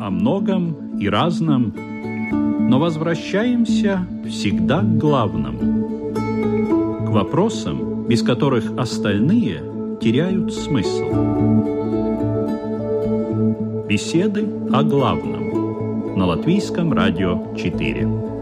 о многом и разном, но возвращаемся всегда к главному, к вопросам, без которых остальные теряют смысл. Беседы о главном на Латвийском радио 4.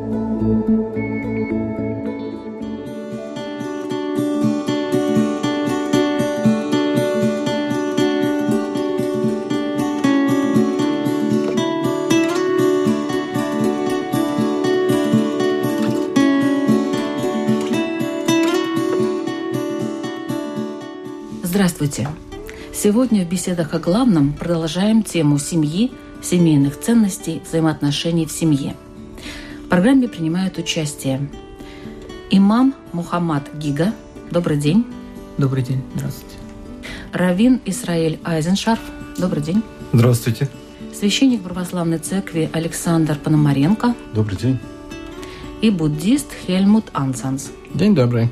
Здравствуйте! Сегодня в беседах о главном продолжаем тему семьи, семейных ценностей, взаимоотношений в семье. В программе принимают участие имам Мухаммад Гига. Добрый день. Добрый день. Здравствуйте. Раввин Исраэль Айзеншарф. Добрый день. Здравствуйте. Священник православной церкви Александр Пономаренко. Добрый день. И буддист Хельмут Ансанс. День добрый.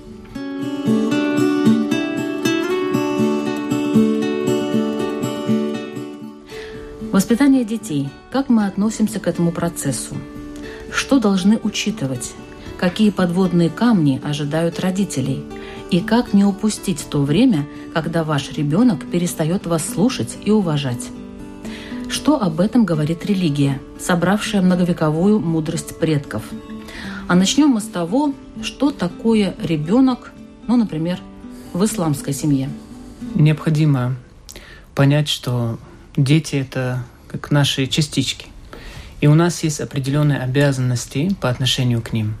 Воспитание детей. Как мы относимся к этому процессу? Что должны учитывать? Какие подводные камни ожидают родителей? И как не упустить то время, когда ваш ребенок перестает вас слушать и уважать? Что об этом говорит религия, собравшая многовековую мудрость предков? А начнем мы с того, что такое ребенок, например, в исламской семье. Необходимо понять, что дети — это как наши частички. И у нас есть определенные обязанности по отношению к ним.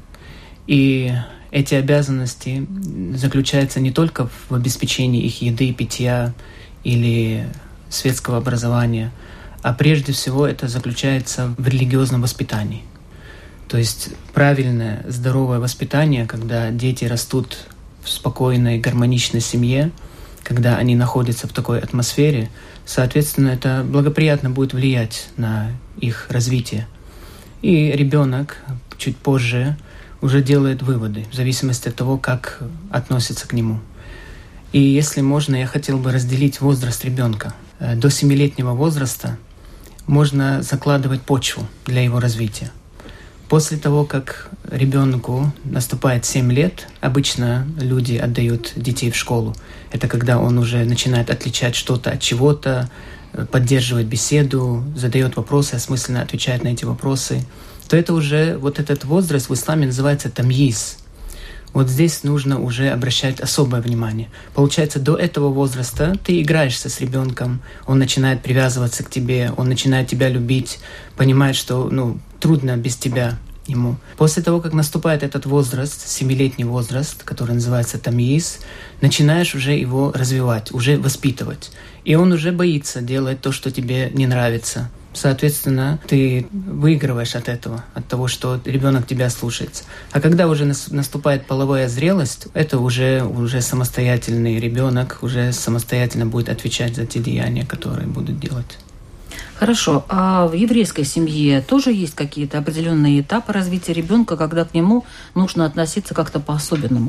И эти обязанности заключаются не только в обеспечении их еды, питья или светского образования, а прежде всего это заключается в религиозном воспитании. То есть правильное, здоровое воспитание, когда дети растут в спокойной, гармоничной семье, когда они находятся в такой атмосфере, соответственно, это благоприятно будет влиять на их развитие. И ребенок чуть позже уже делает выводы в зависимости от того, как относится к нему. И если можно, я хотел бы разделить возраст ребенка. До 7-летнего возраста можно закладывать почву для его развития. После того, как ребенку наступает 7 лет, обычно люди отдают детей в школу. Это когда он уже начинает отличать что-то от чего-то, поддерживает беседу, задает вопросы, осмысленно отвечает на эти вопросы. То это уже, вот этот возраст в исламе называется тамйиз. Вот здесь нужно уже обращать особое внимание. Получается, до этого возраста ты играешься с ребенком, он начинает привязываться к тебе, он начинает тебя любить, понимает, что трудно без тебя ему. После того, как наступает этот возраст, 7-летний возраст, который называется тамйиз, начинаешь уже его развивать, уже воспитывать. И он уже боится делать то, что тебе не нравится. Соответственно, ты выигрываешь от этого, от того, что ребенок тебя слушается. А когда уже наступает половая зрелость, это уже самостоятельный ребенок, уже самостоятельно будет отвечать за те деяния, которые будут делать. Хорошо. А в еврейской семье тоже есть какие-то определенные этапы развития ребенка, когда к нему нужно относиться как-то по-особенному?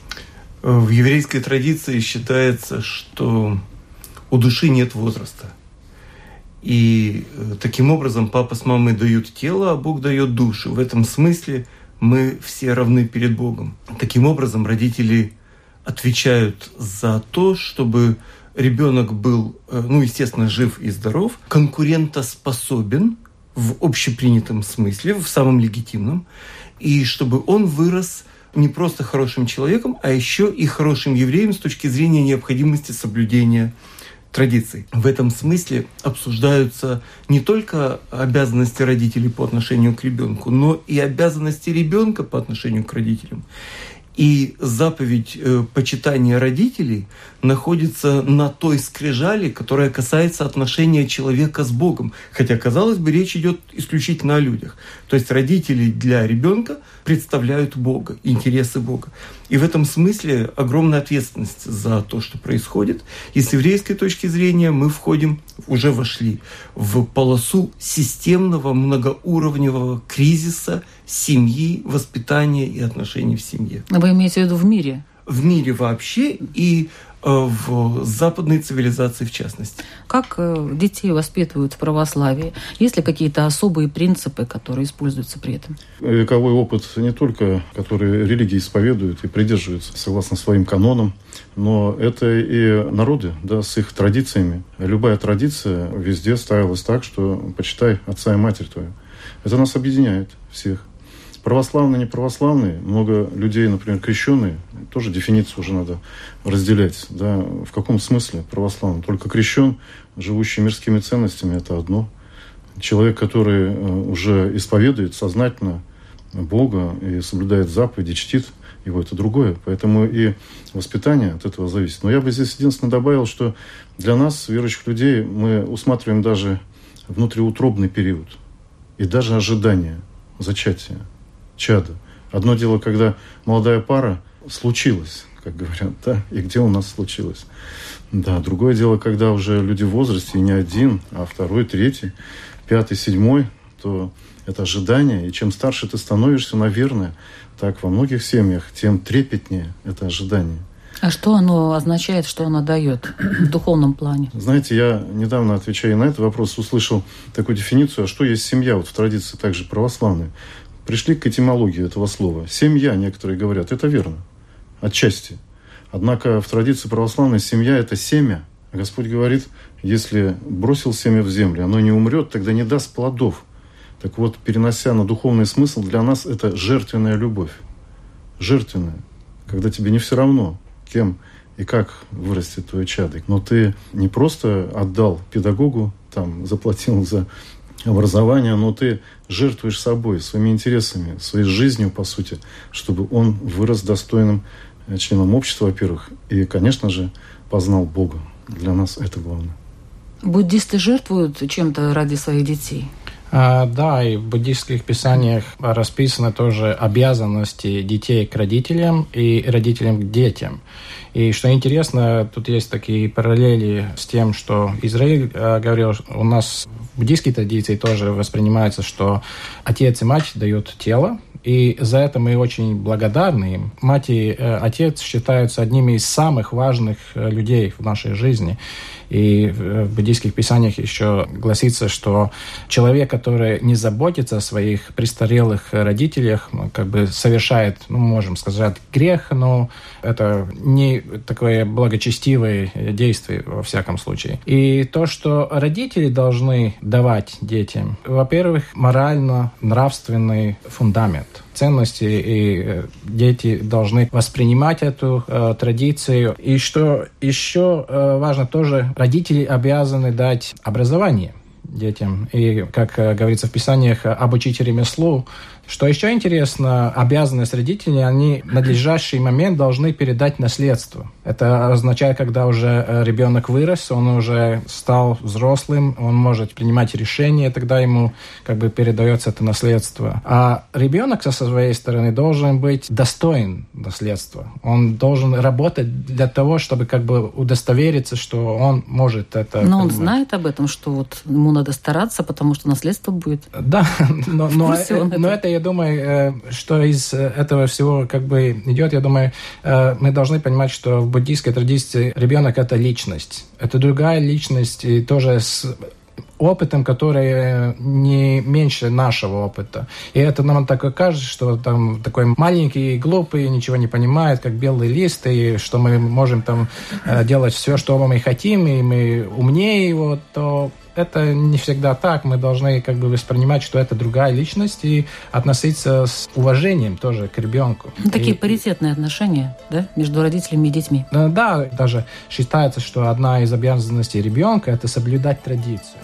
В еврейской традиции считается, что у души нет возраста. И таким образом папа с мамой дают тело, а Бог дает душу. В этом смысле мы все равны перед Богом. Таким образом родители отвечают за то, чтобы ребенок был, естественно, жив и здоров, конкурентоспособен в общепринятом смысле, в самом легитимном, и чтобы он вырос не просто хорошим человеком, а еще и хорошим евреем с точки зрения необходимости соблюдения традиций. В этом смысле обсуждаются не только обязанности родителей по отношению к ребенку, но и обязанности ребенка по отношению к родителям. И заповедь почитания родителей находится на той скрижали, которая касается отношения человека с Богом. Хотя, казалось бы, речь идет исключительно о людях. То есть родители для ребенка представляют Бога, интересы Бога. И в этом смысле огромная ответственность за то, что происходит. И с еврейской точки зрения мы уже вошли в полосу системного, многоуровневого кризиса семьи, воспитания и отношений в семье. Вы имеете в виду в мире? В мире вообще. И в западной цивилизации в частности. Как детей воспитывают в православии? Есть ли какие-то особые принципы, которые используются при этом? Вековой опыт не только, который религии исповедуют и придерживаются согласно своим канонам, но это и народы, да, с их традициями. Любая традиция везде ставилась так, что почитай отца и матерь твою. Это нас объединяет всех. Православные, неправославные, много людей, например, крещенные, тоже дефиницию уже надо разделять. Да, в каком смысле православный? Только крещен, живущий мирскими ценностями, это одно. Человек, который уже исповедует сознательно Бога и соблюдает заповеди, чтит его, это другое. Поэтому и воспитание от этого зависит. Но я бы здесь единственное добавил, что для нас, верующих людей, мы усматриваем даже внутриутробный период и даже ожидание зачатия чада. Одно дело, когда молодая пара случилась, как говорят, да, и где у нас случилось. Да, другое дело, когда уже люди в возрасте, и не один, а второй, третий, пятый, седьмой, то это ожидание. И чем старше ты становишься, наверное, так во многих семьях, тем трепетнее это ожидание. А что оно означает, что оно дает в духовном плане? Знаете, я недавно, отвечая на этот вопрос, услышал такую дефиницию, а что есть семья, вот в традиции также православной. Пришли к этимологии этого слова. Семья, некоторые говорят, это верно, отчасти. Однако в традиции православной семья – это семя. Господь говорит, если бросил семя в землю, оно не умрет, тогда не даст плодов. Так вот, перенося на духовный смысл, для нас это жертвенная любовь. Жертвенная. Когда тебе не все равно, кем и как вырастет твой чадо. Но ты не просто отдал педагогу, там, заплатил за образование, но ты жертвуешь собой, своими интересами, своей жизнью, по сути, чтобы он вырос достойным членом общества, во-первых, и, конечно же, познал Бога. Для нас это главное. Буддисты жертвуют чем-то ради своих детей? Да, и в буддийских писаниях расписаны тоже обязанности детей к родителям и родителям к детям. И что интересно, тут есть такие параллели с тем, что Израиль говорил, у нас в буддийской традиции тоже воспринимается, что отец и мать дают тело, и за это мы очень благодарны им. Мать и отец считаются одними из самых важных людей в нашей жизни. И в буддийских писаниях еще гласится, что человек, который не заботится о своих престарелых родителях, как бы совершает, можем сказать, грех, но это не такое благочестивое действие во всяком случае. И то, что родители должны давать детям, во-первых, морально-нравственный фундамент, ценности, и дети должны воспринимать эту традицию. И что еще важно тоже, родители обязаны дать образование детям. И, как говорится в Писаниях, обучить ремеслу. Что еще интересно, обязанность родителей, они в надлежащий момент должны передать наследство. Это означает, когда уже ребенок вырос, он уже стал взрослым, он может принимать решения, тогда ему как бы передается это наследство. А ребенок со своей стороны должен быть достоин наследства. Он должен работать для того, чтобы как бы удостовериться, что он может это... Но он знает об этом, что вот ему надо стараться, потому что наследство будет. Да, но это, я думаю, что из этого всего как бы идет, я думаю, мы должны понимать, что в буддийской традиции ребенок – это личность. Это другая личность, и тоже с опытом, который не меньше нашего опыта. И это нам так и кажется, что там такой маленький, глупый, ничего не понимает, как белый лист, и что мы можем там делать все, что мы хотим, и мы умнее его, то это не всегда так. Мы должны как бы воспринимать, что это другая личность, и относиться с уважением тоже к ребенку. Такие паритетные отношения, да, между родителями и детьми. Да, даже считается, что одна из обязанностей ребенка – это соблюдать традицию.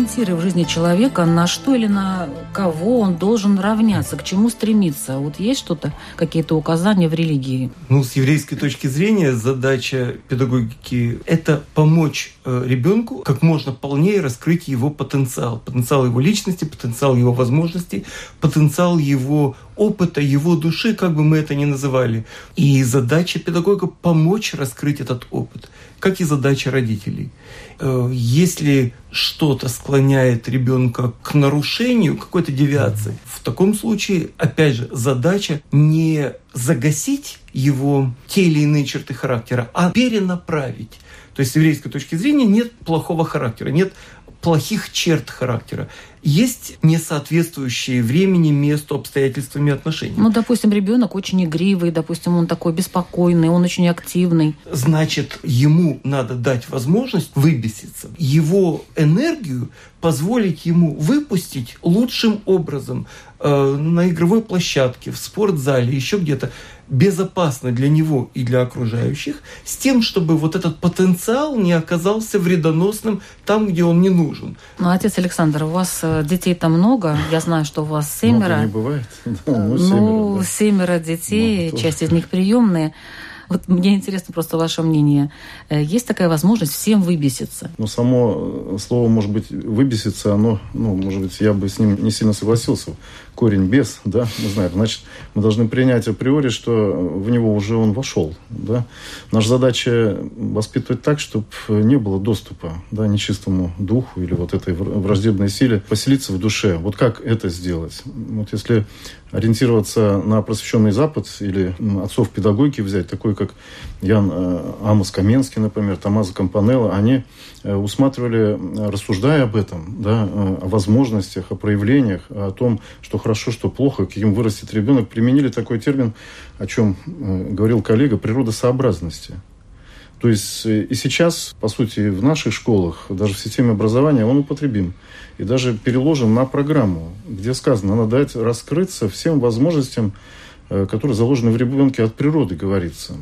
ориентиры в жизни человека, на что или на кого он должен равняться, к чему стремиться? Вот есть что-то, какие-то указания в религии? С еврейской точки зрения задача педагогики – это помочь ребенку как можно полнее раскрыть его потенциал его личности, потенциал его возможностей, потенциал его опыта, его души, как бы мы это ни называли. И задача педагога – помочь раскрыть этот опыт, как и задача родителей. Если что-то склоняет ребенка к нарушению, какой-то девиации, в таком случае, опять же, задача не загасить его те или иные черты характера, а перенаправить. То есть с еврейской точки зрения нет плохого характера, нет плохих черт характера. Есть несоответствующие времени, месту, обстоятельствам и отношениям. Допустим, ребенок очень игривый, допустим, он такой беспокойный, он очень активный. Значит, ему надо дать возможность выбеситься. Его энергию позволить ему выпустить лучшим образом на игровой площадке, в спортзале, еще где-то, безопасно для него и для окружающих, с тем, чтобы вот этот потенциал не оказался вредоносным там, где он не нужен. Отец Александр, у вас детей-то много. Я знаю, что у вас 7. Много не бывает. 7 детей, часть из них приемные. Вот мне интересно просто ваше мнение. Есть такая возможность всем выбеситься? Само слово, может быть, выбеситься, оно, может быть, я бы с ним не сильно согласился. Корень бес, да, мы знаем. Значит, мы должны принять априори, что в него уже он вошел, да. Наша задача воспитывать так, чтобы не было доступа, да, нечистому духу или вот этой враждебной силе поселиться в душе. Вот как это сделать? Вот если ориентироваться на просвещенный Запад или отцов педагогики взять, такой как Ян Амос Каменский, например, Томмазо Кампанелло, они усматривали, рассуждая об этом, да, о возможностях, о проявлениях, о том, что хорошо, что плохо, каким вырастет ребенок, применили такой термин, о чем говорил коллега, природосообразности. То есть и сейчас, по сути, в наших школах, даже в системе образования, он употребим. И даже переложен на программу, где сказано, надо дать раскрыться всем возможностям, которые заложены в ребенке от природы, говорится.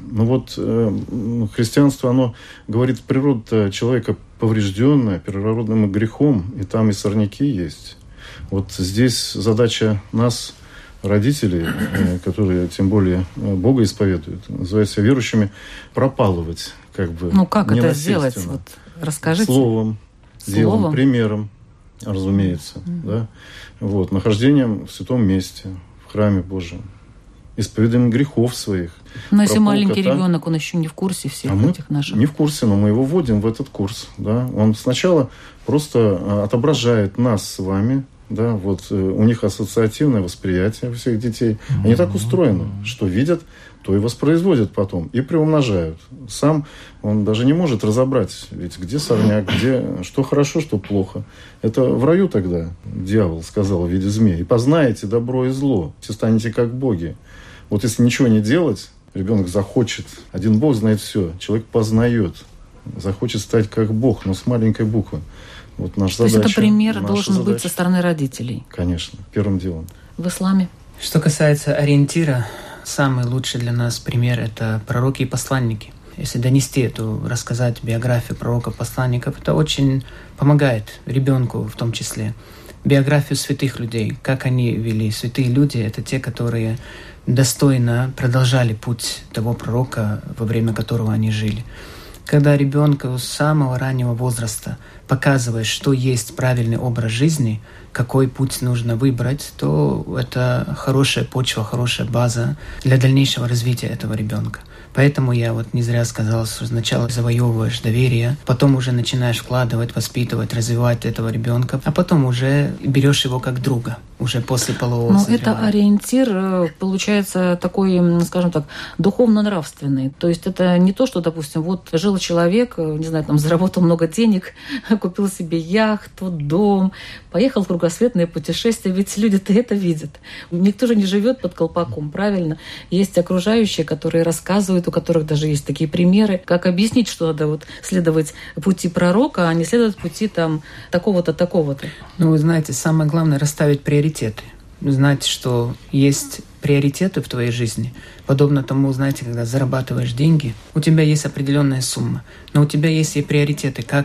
Христианство, оно говорит, природа человека поврежденная первородным грехом, и там и сорняки есть. Вот здесь задача нас, родителей, которые тем более Бога исповедуют, называют себя верующими, пропалывать как это сделать? Расскажите. Словом, делом, примером, разумеется. Да? Нахождением в святом месте, в храме Божьем, исповеданием грехов своих. Но если маленький ребенок, он еще не в курсе всех этих наших. Не в курсе, но мы его вводим в этот курс. Да? Он сначала просто отображает нас с вами. Да? У них ассоциативное восприятие у всех детей. Они так устроены, что видят, то и воспроизводят потом, и приумножают. Сам он даже не может разобрать, ведь где сорняк, где что хорошо, что плохо. Это в раю тогда дьявол сказал в виде змеи. И познаете добро и зло, все станете как боги. Вот если ничего не делать, ребенок захочет. Один Бог знает все. Человек познает. Захочет стать как Бог, но с маленькой буквы. Наша задача. То есть это пример должен быть со стороны родителей? Конечно, первым делом. В исламе? Что касается ориентира, самый лучший для нас пример – это пророки и посланники. Если донести рассказать биографию пророков-посланников, это очень помогает ребенку в том числе. Биографию святых людей, как они вели. Святые люди – это те, которые достойно продолжали путь того пророка, во время которого они жили. Когда ребенку с самого раннего возраста показываешь, что есть правильный образ жизни, какой путь нужно выбрать, то это хорошая почва, хорошая база для дальнейшего развития этого ребенка. Поэтому я не зря сказал, что сначала завоевываешь доверие, потом уже начинаешь вкладывать, воспитывать, развивать этого ребенка, а потом уже берешь его как друга, уже после полового созревания. Это ориентир, получается, такой, скажем так, духовно-нравственный. То есть это не то, что, допустим, жил человек, заработал много денег, купил себе яхту, дом, поехал в кругосветное путешествие, ведь люди-то это видят. Никто же не живет под колпаком, правильно? Есть окружающие, которые рассказывают, у которых даже есть такие примеры, как объяснить, что надо следовать пути пророка, а не следовать пути такого-то, такого-то. Вы знаете, самое главное — расставить приоритеты. Знать, что есть приоритеты в твоей жизни. Подобно тому, когда зарабатываешь деньги, у тебя есть определенная сумма, но у тебя есть и приоритеты, как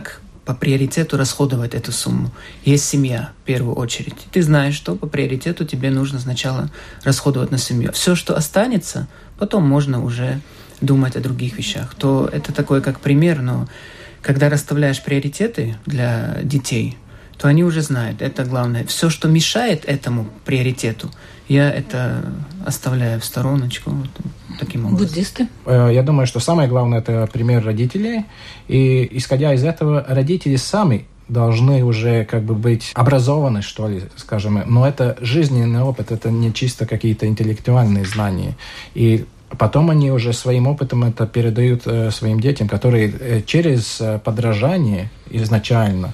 по приоритету расходовать эту сумму. Есть семья, в первую очередь. Ты знаешь, что по приоритету тебе нужно сначала расходовать на семью. Все, что останется, потом можно уже думать о других вещах. То это такой как пример, но когда расставляешь приоритеты для детей, то они уже знают, это главное. Все, что мешает этому приоритету, я это оставляю в стороночку вот таким образом. Буддисты? Я думаю, что самое главное – это пример родителей. И исходя из этого, родители сами должны уже как бы быть образованы, что ли, скажем. Но это жизненный опыт, это не чисто какие-то интеллектуальные знания. И потом они уже своим опытом это передают своим детям, которые через подражание изначально.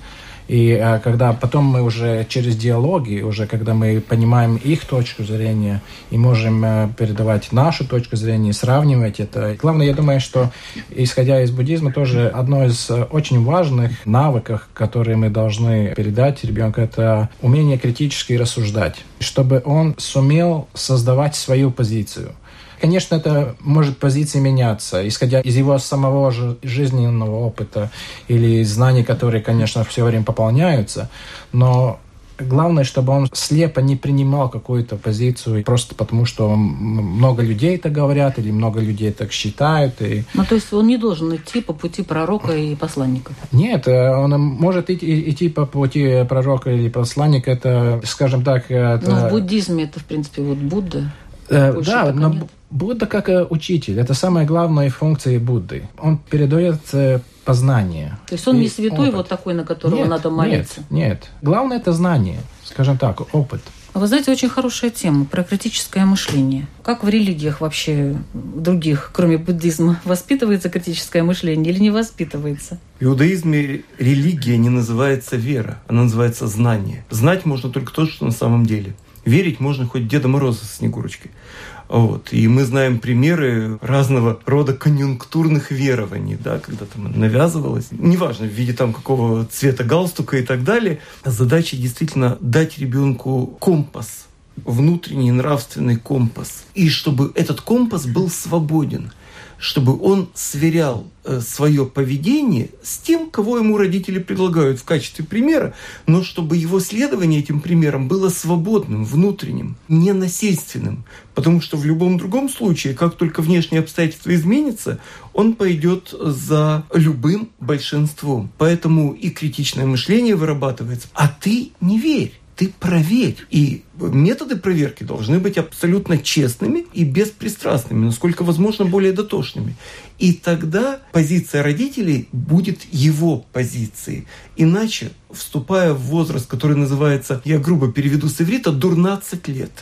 И когда потом мы уже через диалоги, уже когда мы понимаем их точку зрения и можем передавать нашу точку зрения, сравнивать это. Главное, я думаю, что, исходя из буддизма, тоже одно из очень важных навыков, которые мы должны передать ребенку, это умение критически рассуждать, чтобы он сумел создавать свою позицию. Конечно, это может позиция меняться, исходя из его самого жизненного опыта или знаний, которые, конечно, все время пополняются, но главное, чтобы он слепо не принимал какую-то позицию просто потому, что много людей так говорят или много людей так считают. Ну, то есть он не должен идти по пути пророка и посланника? Нет, он может идти по пути пророка или посланника, это, скажем так... Это... Но в буддизме это, в принципе, вот Будда. Да, но Будда как учитель. Это самая главная функция Будды. Он передает познание. То есть он не святой опыт. Вот такой, на которого надо молиться? Нет. Главное – это знание, скажем так, опыт. Вы знаете, очень хорошая тема про критическое мышление. Как в религиях вообще других, кроме буддизма, воспитывается критическое мышление или не воспитывается? В иудаизме религия не называется вера, она называется знание. Знать можно только то, что на самом деле. Верить можно хоть Деда Мороза со Снегурочкой. Вот. И мы знаем примеры разного рода конъюнктурных верований, да, когда там навязывалось, неважно, в виде там какого цвета галстука и так далее. Задача действительно дать ребенку компас, внутренний нравственный компас. И чтобы этот компас был свободен, чтобы он сверял свое поведение с тем, кого ему родители предлагают в качестве примера, но чтобы его следование этим примерам было свободным, внутренним, не насильственным. Потому что в любом другом случае, как только внешние обстоятельства изменятся, он пойдет за любым большинством. Поэтому и критичное мышление вырабатывается. А ты не верь. Ты проверь. И методы проверки должны быть абсолютно честными и беспристрастными, насколько возможно, более дотошными. И тогда позиция родителей будет его позицией. Иначе, вступая в возраст, который называется, я грубо переведу с иврита, 12 лет.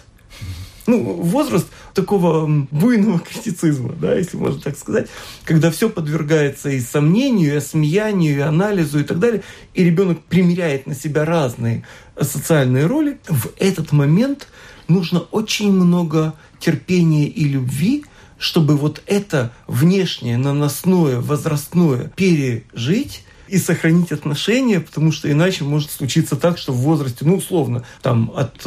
Возраст такого буйного критицизма, да, если можно так сказать, когда все подвергается и сомнению, и осмеянию, и анализу, и так далее, и ребенок примеряет на себя разные социальные роли. В этот момент нужно очень много терпения и любви, чтобы вот это внешнее, наносное, возрастное пережить и сохранить отношения, потому что иначе может случиться так, что в возрасте, условно, там от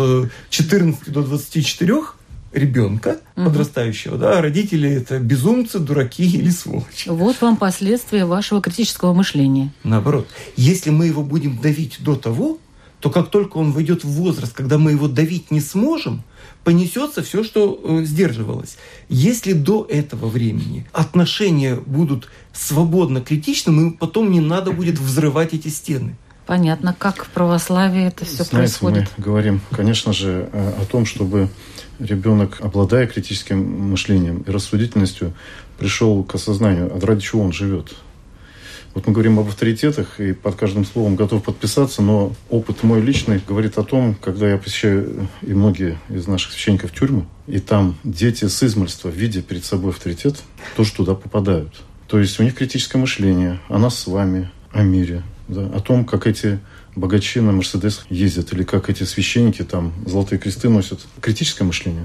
14 до 24 ребенка подрастающего, да, родители это безумцы, дураки или сволочи. Вот вам последствия вашего критического мышления. Наоборот, если мы его будем давить до того, то как только он войдет в возраст, когда мы его давить не сможем, понесется все, что сдерживалось. Если до этого времени отношения будут свободно критичны, мы потом не надо будет взрывать эти стены. Понятно, как в православии это все происходит. Мы говорим, конечно же, о том, чтобы ребенок, обладая критическим мышлением и рассудительностью, пришел к осознанию, а ради чего он живет. Вот мы говорим об авторитетах, и под каждым словом готов подписаться, но опыт мой личный говорит о том, когда я посещаю и многие из наших священников тюрьмы, и там дети с измальства, видя перед собой авторитет, тоже туда попадают. То есть у них критическое мышление о нас с вами, о мире, да, о том, как эти богачи на Мерседесах ездят, или как эти священники там золотые кресты носят. Критическое мышление.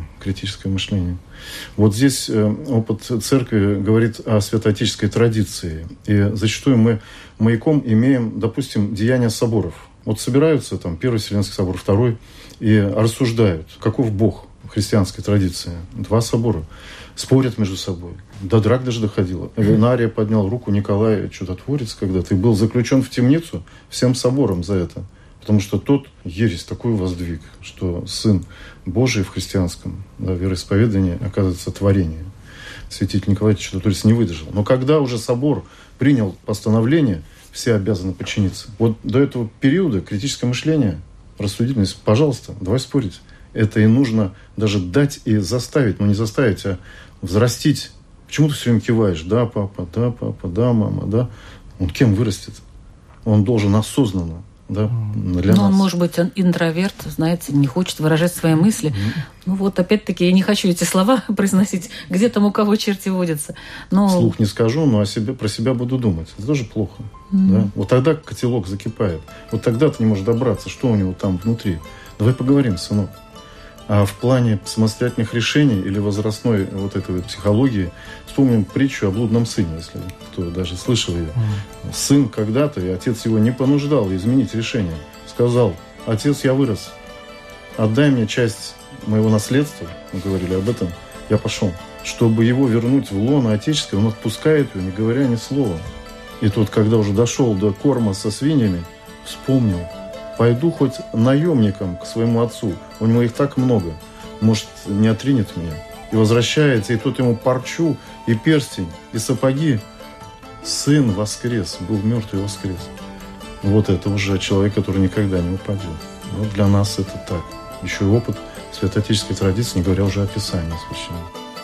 Вот здесь опыт церкви говорит о святоотеческой традиции. И зачастую мы маяком имеем, допустим, деяния соборов. Вот собираются там Первый Вселенский собор, Второй, и рассуждают, каков Бог. христианской традиции. 2 собора. Спорят между собой. До драк даже доходило. Винария поднял руку, Николай Чудотворец, когда ты был заключен в темницу всем собором за это. Потому что тот ересь такой воздвиг, что Сын Божий в христианском вероисповедании оказывается творением. Святитель Николай Чудотворец не выдержал. Но когда уже собор принял постановление, все обязаны подчиниться. Вот до этого периода критическое мышление, рассудительность, пожалуйста, давай спорить. Это и нужно даже дать и заставить, но не заставить, а взрастить. Почему ты все время киваешь? Да, папа, да, мама, да. Он кем вырастет? Он должен осознанно. Да, для нас. Он, может быть, интроверт, знаете, не хочет выражать свои мысли. Ну вот, опять-таки, я не хочу эти слова произносить, где там у кого черти водятся. Но... Вслух не скажу, но про себя буду думать. Это тоже плохо. Да? Вот тогда котелок закипает. Вот тогда ты не можешь добраться, что у него там внутри. Давай поговорим, сынок. А в плане самостоятельных решений или возрастной вот этой вот психологии вспомним притчу о блудном сыне, если кто даже слышал ее. Сын когда-то, и отец его не понуждал изменить решение. Сказал: отец, я вырос, отдай мне часть моего наследства, мы говорили об этом, я пошел. Чтобы его вернуть в лоно отеческое, он отпускает его, не говоря ни слова. И тот, когда уже дошел до корма со свиньями, вспомнил: пойду хоть наемником к своему отцу, у него их так много, может, не отринет меня. И возвращается, и тут ему парчу, и перстень, и сапоги. Сын воскрес, был мертвый и воскрес. Вот это уже человек, который никогда не упадет. Вот для нас это так. Еще и опыт святоотеческой традиции, не говоря уже о Писании священном.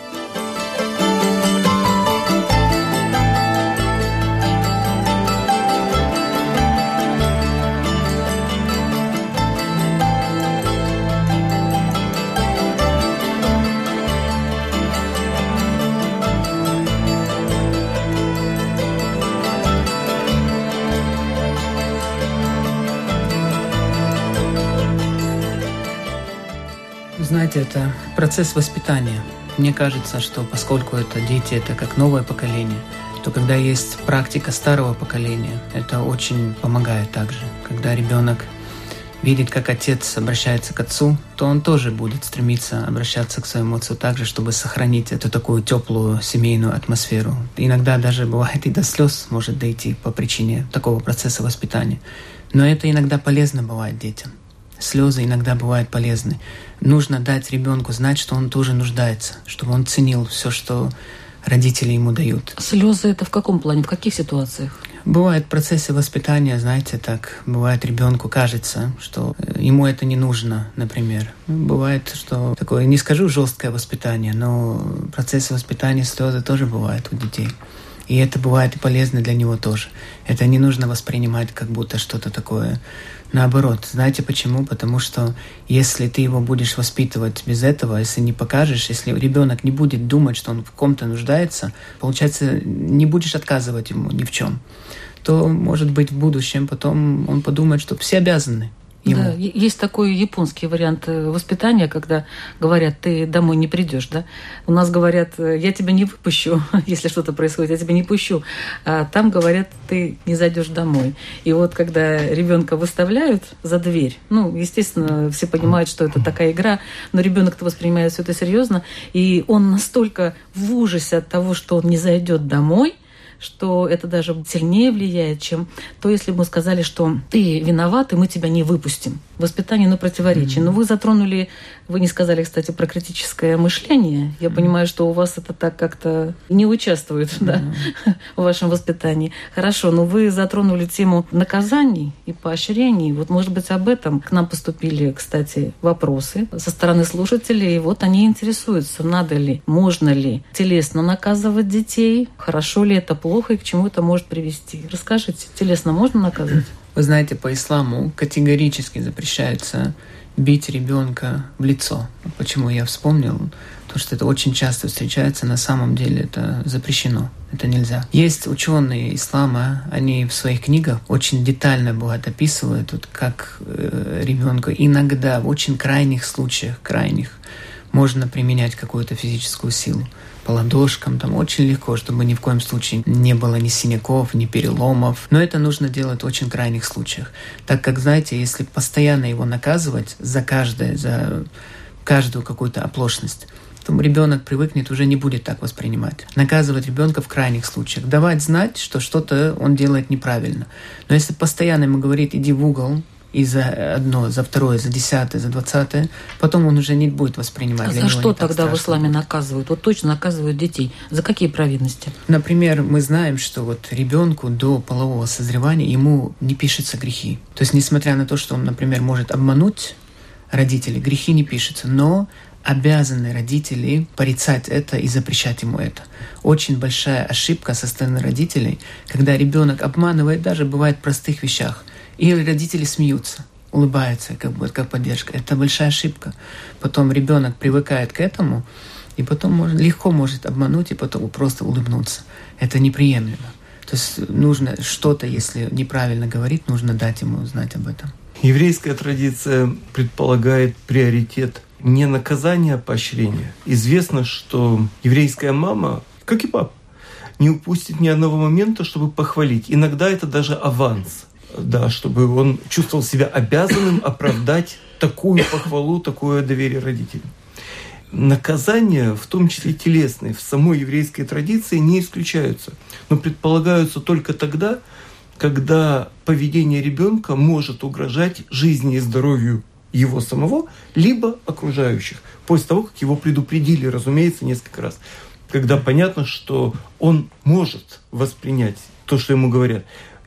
Знаете, это процесс воспитания. Мне кажется, что поскольку это дети, это как новое поколение, то когда есть практика старого поколения, это очень помогает также. Когда ребенок видит, как отец обращается к отцу, то он тоже будет стремиться обращаться к своему отцу так же, чтобы сохранить эту такую теплую семейную атмосферу. Иногда даже бывает и до слез может дойти по причине такого процесса воспитания. Но это иногда полезно бывает детям. Слезы иногда бывают полезны. Нужно дать ребенку знать, что он тоже нуждается, чтобы он ценил все, что родители ему дают. Слезы это в каком плане, в каких ситуациях? Бывают процессы воспитания, знаете, так бывает, ребенку кажется, что ему это не нужно, например. Бывает, что такое, не скажу жесткое воспитание, но процессы воспитания, слезы тоже бывают у детей. И это бывает и полезно для него тоже. Это не нужно воспринимать как будто что-то такое. Наоборот, знаете почему? Потому что если ты его будешь воспитывать без этого, если не покажешь, если ребенок не будет думать, что он в ком-то нуждается, получается, не будешь отказывать ему ни в чем, то, может быть, в будущем потом он подумает, что все обязаны ему. Да, есть такой японский вариант воспитания, когда говорят: ты домой не придешь, да? У нас говорят: я тебя не выпущу, если что-то происходит, я тебя не пущу. А там говорят: ты не зайдешь домой. И вот когда ребенка выставляют за дверь, ну, естественно, все понимают, что это такая игра, но ребенок-то воспринимает все это серьезно, и он настолько в ужасе от того, что он не зайдет домой, что это даже сильнее влияет, чем то, если бы мы сказали, что ты виноват, и мы тебя не выпустим. Воспитание на противоречие. Но вы затронули, вы не сказали, кстати, про критическое мышление. Я понимаю, что у вас это так как-то не участвует в вашем воспитании. Хорошо, но вы затронули тему наказаний и поощрений. Вот, может быть, об этом к нам поступили, кстати, вопросы со стороны слушателей. И вот они интересуются, надо ли, можно ли телесно наказывать детей, хорошо ли это, плохо и к чему это может привести. Расскажите, телесно можно наказывать? Вы знаете, по исламу категорически запрещается бить ребенка в лицо. Почему я вспомнил? Потому что это очень часто встречается, на самом деле это запрещено, это нельзя. Есть ученые ислама, они в своих книгах очень детально бывает описывают, вот, как ребенку иногда в очень крайних случаях, можно применять какую-то физическую силу. По ладошкам, там очень легко, чтобы ни в коем случае не было ни синяков, ни переломов. Но это нужно делать в очень крайних случаях. Так как, знаете, если постоянно его наказывать за каждую какую-то оплошность, то ребенок привыкнет, уже не будет так воспринимать. Наказывать ребенка в крайних случаях. Давать знать, что что-то он делает неправильно. Но если постоянно ему говорит, иди в угол, и за одно, за второе, за 10, за 20, потом он уже не будет воспринимать. А за что тогда в исламе наказывают? Вот точно наказывают детей. За какие провинности? Например, мы знаем, что вот ребенку до полового созревания ему не пишутся грехи. То есть, несмотря на то, что он, например, может обмануть родителей, грехи не пишутся, но обязаны родители порицать это и запрещать ему это. Очень большая ошибка со стороны родителей, когда ребенок обманывает, даже бывает в простых вещах. И родители смеются, улыбаются, как поддержка. Это большая ошибка. Потом ребенок привыкает к этому, и потом легко может обмануть, и потом просто улыбнуться. Это неприемлемо. То есть нужно что-то, если неправильно говорит, нужно дать ему знать об этом. Еврейская традиция предполагает приоритет не наказания, а поощрения. Известно, что еврейская мама, как и папа, не упустит ни одного момента, чтобы похвалить. Иногда это даже аванс. Да, чтобы он чувствовал себя обязанным оправдать такую похвалу, такое доверие родителям. Наказания, в том числе телесные, в самой еврейской традиции не исключаются, но предполагаются только тогда, когда поведение ребенка может угрожать жизни и здоровью его самого, либо окружающих, после того, как его предупредили, разумеется, несколько раз, когда понятно, что он может воспринять то, что ему говорят.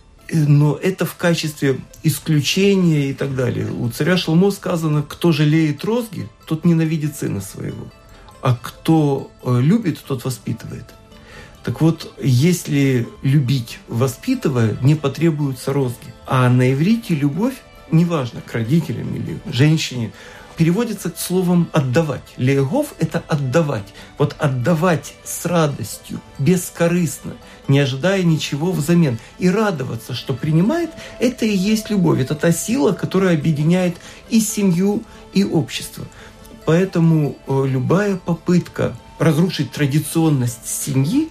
Но это в качестве исключения и так далее. У царя Шломо сказано, кто жалеет розги, тот ненавидит сына своего. А кто любит, тот воспитывает. Так вот, если любить, воспитывая, не потребуются розги. А на иврите любовь, неважно, к родителям или женщине, переводится словом «отдавать». Леегов – это «отдавать». Вот отдавать с радостью, бескорыстно, не ожидая ничего взамен. И радоваться, что принимает – это и есть любовь. Это та сила, которая объединяет и семью, и общество. Поэтому любая попытка разрушить традиционность семьи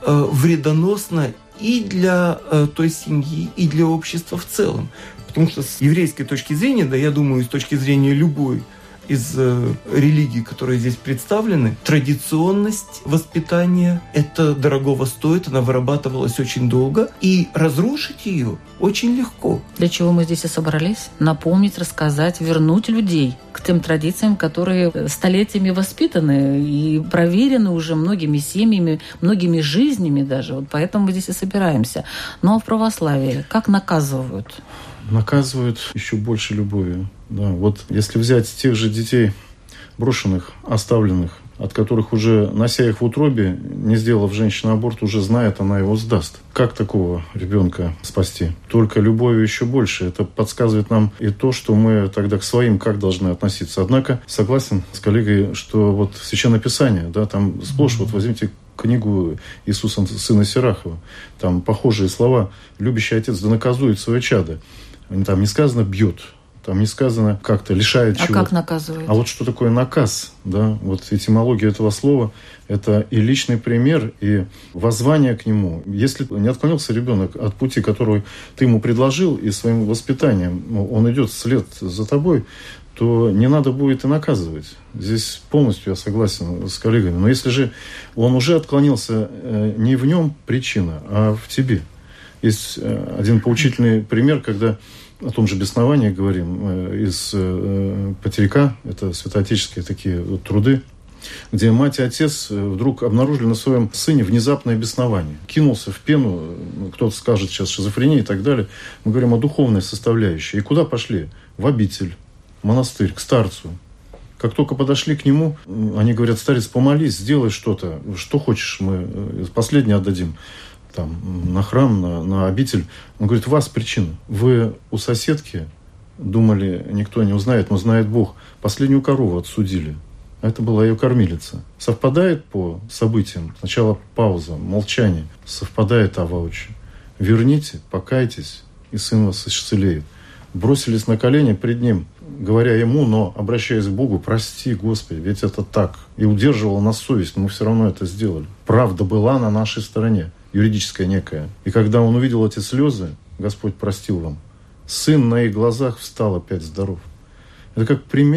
вредоносна и для той семьи, и для общества в целом. Потому что с еврейской точки зрения, да, я думаю, с точки зрения любой из религий, которые здесь представлены, традиционность воспитания – это дорогого стоит, она вырабатывалась очень долго, и разрушить ее очень легко. Для чего мы здесь и собрались? Напомнить, рассказать, вернуть людей к тем традициям, которые столетиями воспитаны и проверены уже многими семьями, многими жизнями даже. Вот поэтому мы здесь и собираемся. Но в православии как наказывают? Наказывают еще больше любовью. Да, вот если взять тех же детей брошенных, оставленных, от которых уже, нося их в утробе, не сделав женщина аборт, уже знает, она его сдаст. Как такого ребенка спасти? Только любовью еще больше. Это подсказывает нам и то, что мы тогда к своим как должны относиться. Однако согласен с коллегой, что вот Священное Писание, да, там сплошь, вот возьмите книгу Иисуса сына Сирахова, там похожие слова: «Любящий отец да наказует свое чадо». Там не сказано «бьет», там не сказано как-то лишает чего-то. А как наказывает? А вот что такое наказ, да, вот этимология этого слова, это и личный пример, и воззвание к нему. Если не отклонился ребенок от пути, который ты ему предложил, и своим воспитанием он идет вслед за тобой, то не надо будет и наказывать. Здесь полностью я согласен с коллегами. Но если же он уже отклонился, не в нем причина, а в тебе. Есть один поучительный пример, когда о том же бесновании говорим, из Потеряка, это святоотеческие такие труды, где мать и отец вдруг обнаружили на своем сыне внезапное беснование. Кинулся в пену, кто-то скажет сейчас шизофрения и так далее. Мы говорим о духовной составляющей. И куда пошли? В обитель, в монастырь, к старцу. Как только подошли к нему, они говорят: старец, помолись, сделай что-то, что хочешь, мы последнее отдадим. Там, на храм, на обитель. Он говорит: у вас причина. Вы у соседки думали, никто не узнает, но знает Бог. Последнюю корову отсудили. Это была ее кормилица. Совпадает по событиям. Сначала пауза, молчание. Совпадает аваучи. Верните, покайтесь, и сын вас исцелеет. Бросились на колени пред ним, говоря ему, но обращаясь к Богу: прости, Господи, ведь это так. И удерживал нас совесть, но мы все равно это сделали. Правда была на нашей стороне. Юридическая некая. И когда он увидел эти слезы: Господь простил вам, сын на их глазах встал опять здоров. Это как пример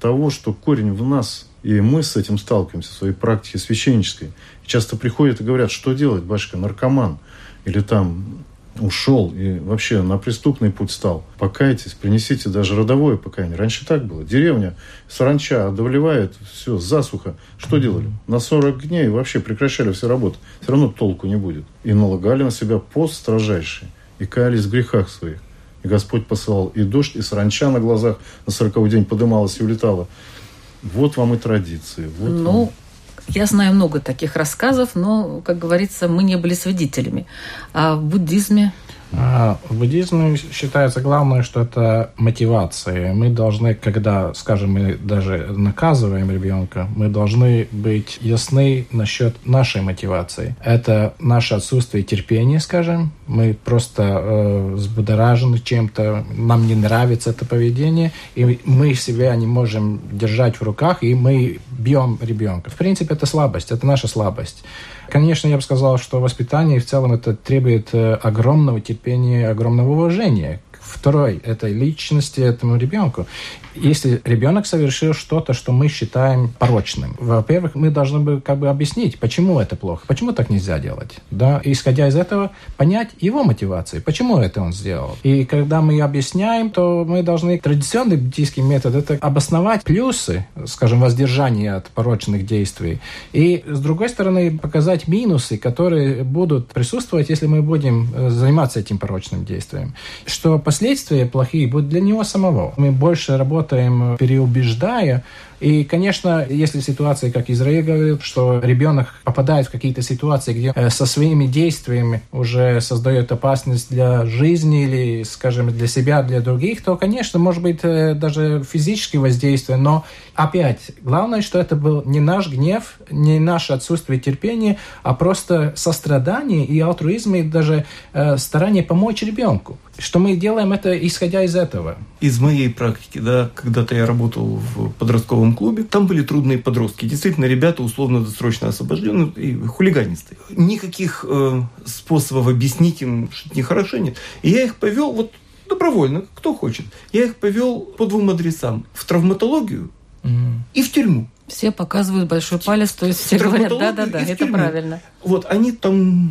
того, что корень в нас, и мы с этим сталкиваемся в своей практике священнической. Часто приходят и говорят, что делать, батюшка, наркоман, или там ушел и вообще на преступный путь стал. Покайтесь, принесите даже родовое покаяние. Раньше так было. Деревня, саранча одолевает, все, засуха. Что делали? На 40 дней вообще прекращали все работы. Все равно толку не будет. И налагали на себя пост строжайший. И каялись в грехах своих. И Господь посылал и дождь, и саранча на глазах на 40-й день подымалась и улетала. Вот вам и традиции. Вот я знаю много таких рассказов, но, как говорится, мы не были свидетелями. А в буддизме? В буддизме считается главное, что это мотивация. Мы должны, когда, скажем, мы даже наказываем ребенка, мы должны быть ясны насчет нашей мотивации. Это наше отсутствие терпения, скажем. Мы просто взбудоражены чем-то, нам не нравится это поведение, и мы себя не можем держать в руках, и мы бьем ребенка. В принципе, это слабость, это наша слабость. Конечно, я бы сказал, что воспитание в целом это требует огромного терпения, огромного уважения второй этой личности, этому ребенку. Если ребенок совершил что-то, что мы считаем порочным, во-первых, мы должны бы объяснить, почему это плохо, почему так нельзя делать. Да? И, исходя из этого, понять его мотивации, почему это он сделал. И когда мы объясняем, то мы должны, традиционный буддийский метод, это обосновать плюсы, скажем, воздержания от порочных действий. И, с другой стороны, показать минусы, которые будут присутствовать, если мы будем заниматься этим порочным действием. Что последствия плохие будут для него самого. Мы больше работаем переубеждая. И, конечно, если ситуация, как Израиль говорит, что ребенок попадает в какие-то ситуации, где со своими действиями уже создает опасность для жизни или, скажем, для себя, для других, то, конечно, может быть даже физическое воздействие. Но, опять, главное, что это был не наш гнев, не наше отсутствие терпения, а просто сострадание и алтруизм, и даже старание помочь ребенку. Что мы делаем это, исходя из этого. Из моей практики, да, когда-то я работал в подростковом клубе, там были трудные подростки. Действительно, ребята условно-досрочно освобожденные и хулиганистые. Никаких способов объяснить им, что это нехорошо, нет. И я их повел, вот добровольно, кто хочет, я их повел по 2 адресам. В травматологию и в тюрьму. Все показывают большой палец, то есть все говорят, да-да-да, это правильно. Вот, они там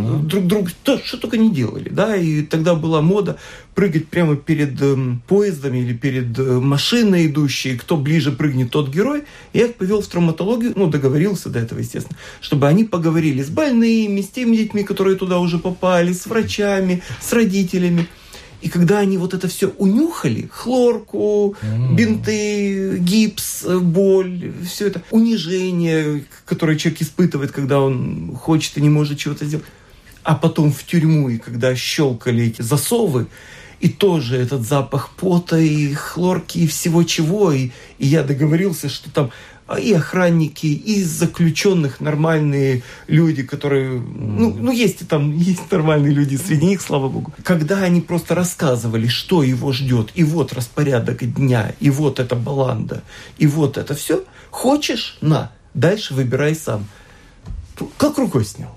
друг что только не делали, да, и тогда была мода прыгать прямо перед поездами или перед машиной идущей, кто ближе прыгнет, тот герой. Я их повел в травматологию, договорился до этого, естественно, чтобы они поговорили с больными, с теми детьми, которые туда уже попали, с врачами, с родителями. И когда они вот это все унюхали, хлорку, бинты, гипс, боль, все это унижение, которое человек испытывает, когда он хочет и не может чего-то сделать, а потом в тюрьму, и когда щелкали эти засовы, и тоже этот запах пота и хлорки и всего чего, и я договорился, что там и охранники, и заключенных нормальные люди, которые... есть нормальные люди среди них, слава богу. Когда они просто рассказывали, что его ждет, и вот распорядок дня, и вот эта баланда, и вот это все. Хочешь? На. Дальше выбирай сам. Как рукой снял.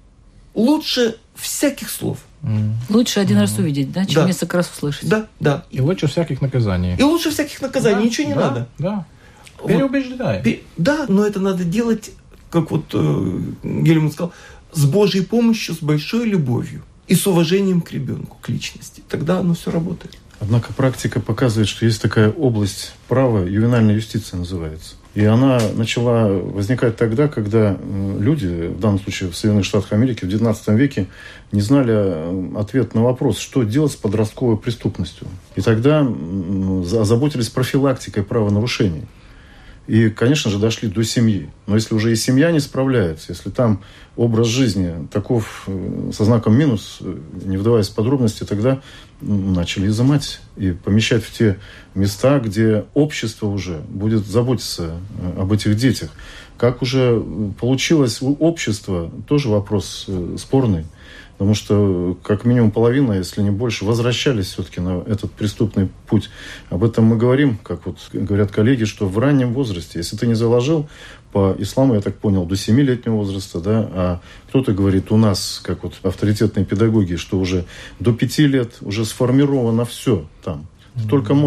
Лучше всяких слов. Лучше один раз увидеть, да, чем несколько раз услышать. Да. И лучше всяких наказаний. Ничего не надо. Да. Переубеждай. Да, но это надо делать, как вот Гельмут сказал, с Божьей помощью, с большой любовью и с уважением к ребенку, к личности. Тогда оно все работает. Однако практика показывает, что есть такая область права, ювенальная юстиция называется. И она начала возникать тогда, когда люди, в данном случае в Соединенных Штатах Америки в XIX веке, не знали ответ на вопрос, что делать с подростковой преступностью. И тогда озаботились профилактикой правонарушений. И, конечно же, дошли до семьи. Но если уже и семья не справляется, если там образ жизни таков со знаком минус, не вдаваясь в подробности, тогда начали изымать и помещать в те места, где общество уже будет заботиться об этих детях. Как уже получилось у общества, тоже вопрос спорный. Потому что как минимум половина, если не больше, возвращались все-таки на этот преступный путь. Об этом мы говорим, как вот говорят коллеги, что в раннем возрасте, если ты не заложил по исламу, я так понял, до 7-летнего возраста, да, а кто-то говорит у нас, как вот авторитетные педагоги, что уже до 5 лет уже сформировано все там. Ты только можешь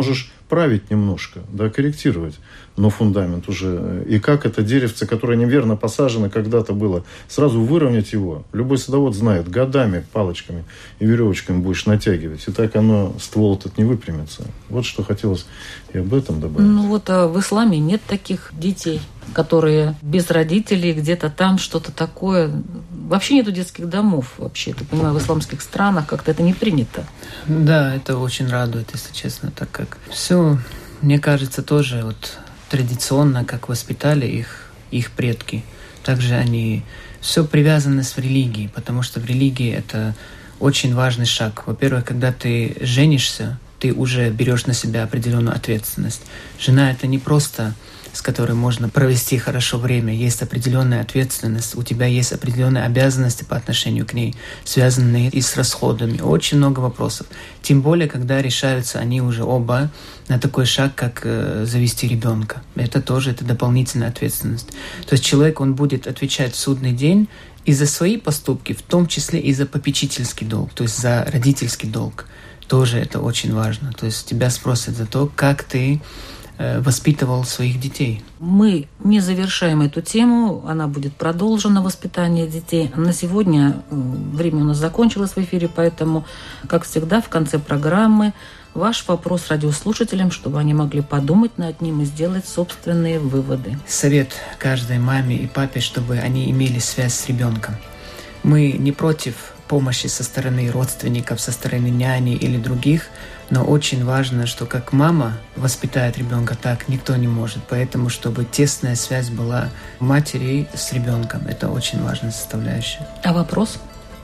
править немножко, да, корректировать, но фундамент уже. И как это деревце, которое неверно посажено когда-то было, сразу выровнять его. Любой садовод знает, годами палочками и веревочками будешь натягивать. И так оно, ствол этот не выпрямится. Вот что хотелось и об этом добавить. Ну вот в исламе нет таких детей, которые без родителей где-то там что-то такое. Вообще нету детских домов вообще. Ты понимаешь, в исламских странах как-то это не принято. Да, это очень радует, если честно, так как все, мне кажется, тоже вот традиционно, как воспитали их предки. Также они все привязано с религией, потому что в религии это очень важный шаг. Во-первых, когда ты женишься, ты уже берешь на себя определенную ответственность. Жена — это не просто с которой можно провести хорошо время. Есть определенная ответственность, у тебя есть определенные обязанности по отношению к ней, связанные и с расходами. Очень много вопросов. Тем более, когда решаются они уже оба на такой шаг, как завести ребенка. Это тоже дополнительная ответственность. То есть человек, он будет отвечать в судный день и за свои поступки, в том числе и за попечительский долг, то есть за родительский долг. Тоже это очень важно. То есть тебя спросят за то, как ты воспитывал своих детей. Мы не завершаем эту тему, она будет продолжена, воспитание детей. На сегодня время у нас закончилось в эфире, поэтому, как всегда, в конце программы ваш вопрос радиослушателям, чтобы они могли подумать над ним и сделать собственные выводы. Совет каждой маме и папе, чтобы они имели связь с ребенком. Мы не против помощи со стороны родственников, со стороны няни или других, но очень важно, что как мама воспитает ребенка, так никто не может. Поэтому, чтобы тесная связь была матери с ребенком, это очень важная составляющая. А вопрос?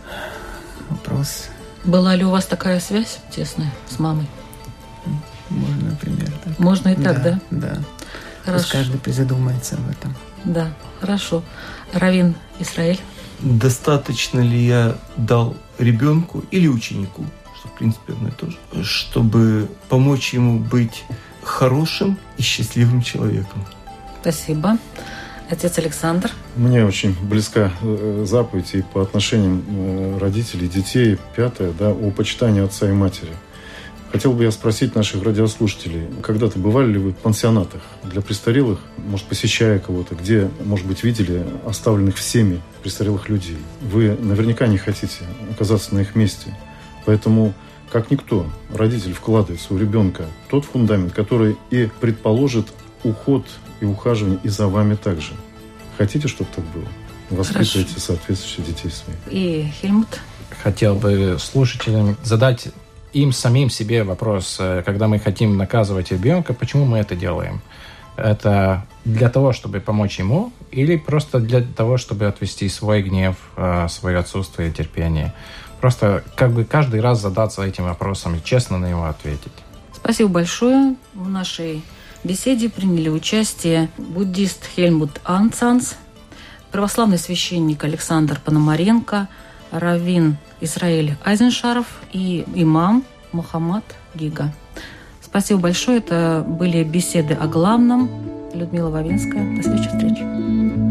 Вопрос? Была ли у вас такая связь тесная с мамой? Можно, например, так. Можно и так, да? Да. Хорошо. Пусть каждый призадумается об этом. Да, хорошо. Равин Исраэль? Достаточно ли я дал ребенку или ученику, что в принципе одно и то же, чтобы помочь ему быть хорошим и счастливым человеком? Спасибо. Отец Александр? Мне очень близка заповедь и по отношениям родителей, детей, 5, да, о почитании отца и матери. Хотел бы я спросить наших радиослушателей, когда-то бывали ли вы в пансионатах для престарелых, может, посещая кого-то, где, может быть, видели оставленных всеми престарелых людей? Вы наверняка не хотите оказаться на их месте. Поэтому, как никто, родитель вкладывает в своего ребенка тот фундамент, который и предположит уход и ухаживание и за вами также. Хотите, чтобы так было? Воспитывайте соответствующих детей своих. И Хельмут? Хотел бы слушателям задать им самим себе вопрос, когда мы хотим наказывать ребенка, почему мы это делаем? Это для того, чтобы помочь ему, или просто для того, чтобы отвести свой гнев, свое отсутствие терпения? Просто как бы каждый раз задаться этим вопросом и честно на него ответить. Спасибо большое. В нашей беседе приняли участие буддист Хельмут Анцанс, православный священник Александр Пономаренко, раввин Исраэль Айзеншаров и имам Мухаммад Гига. Спасибо большое. Это были беседы о главном. Людмила Вавинская. До следующих встреч.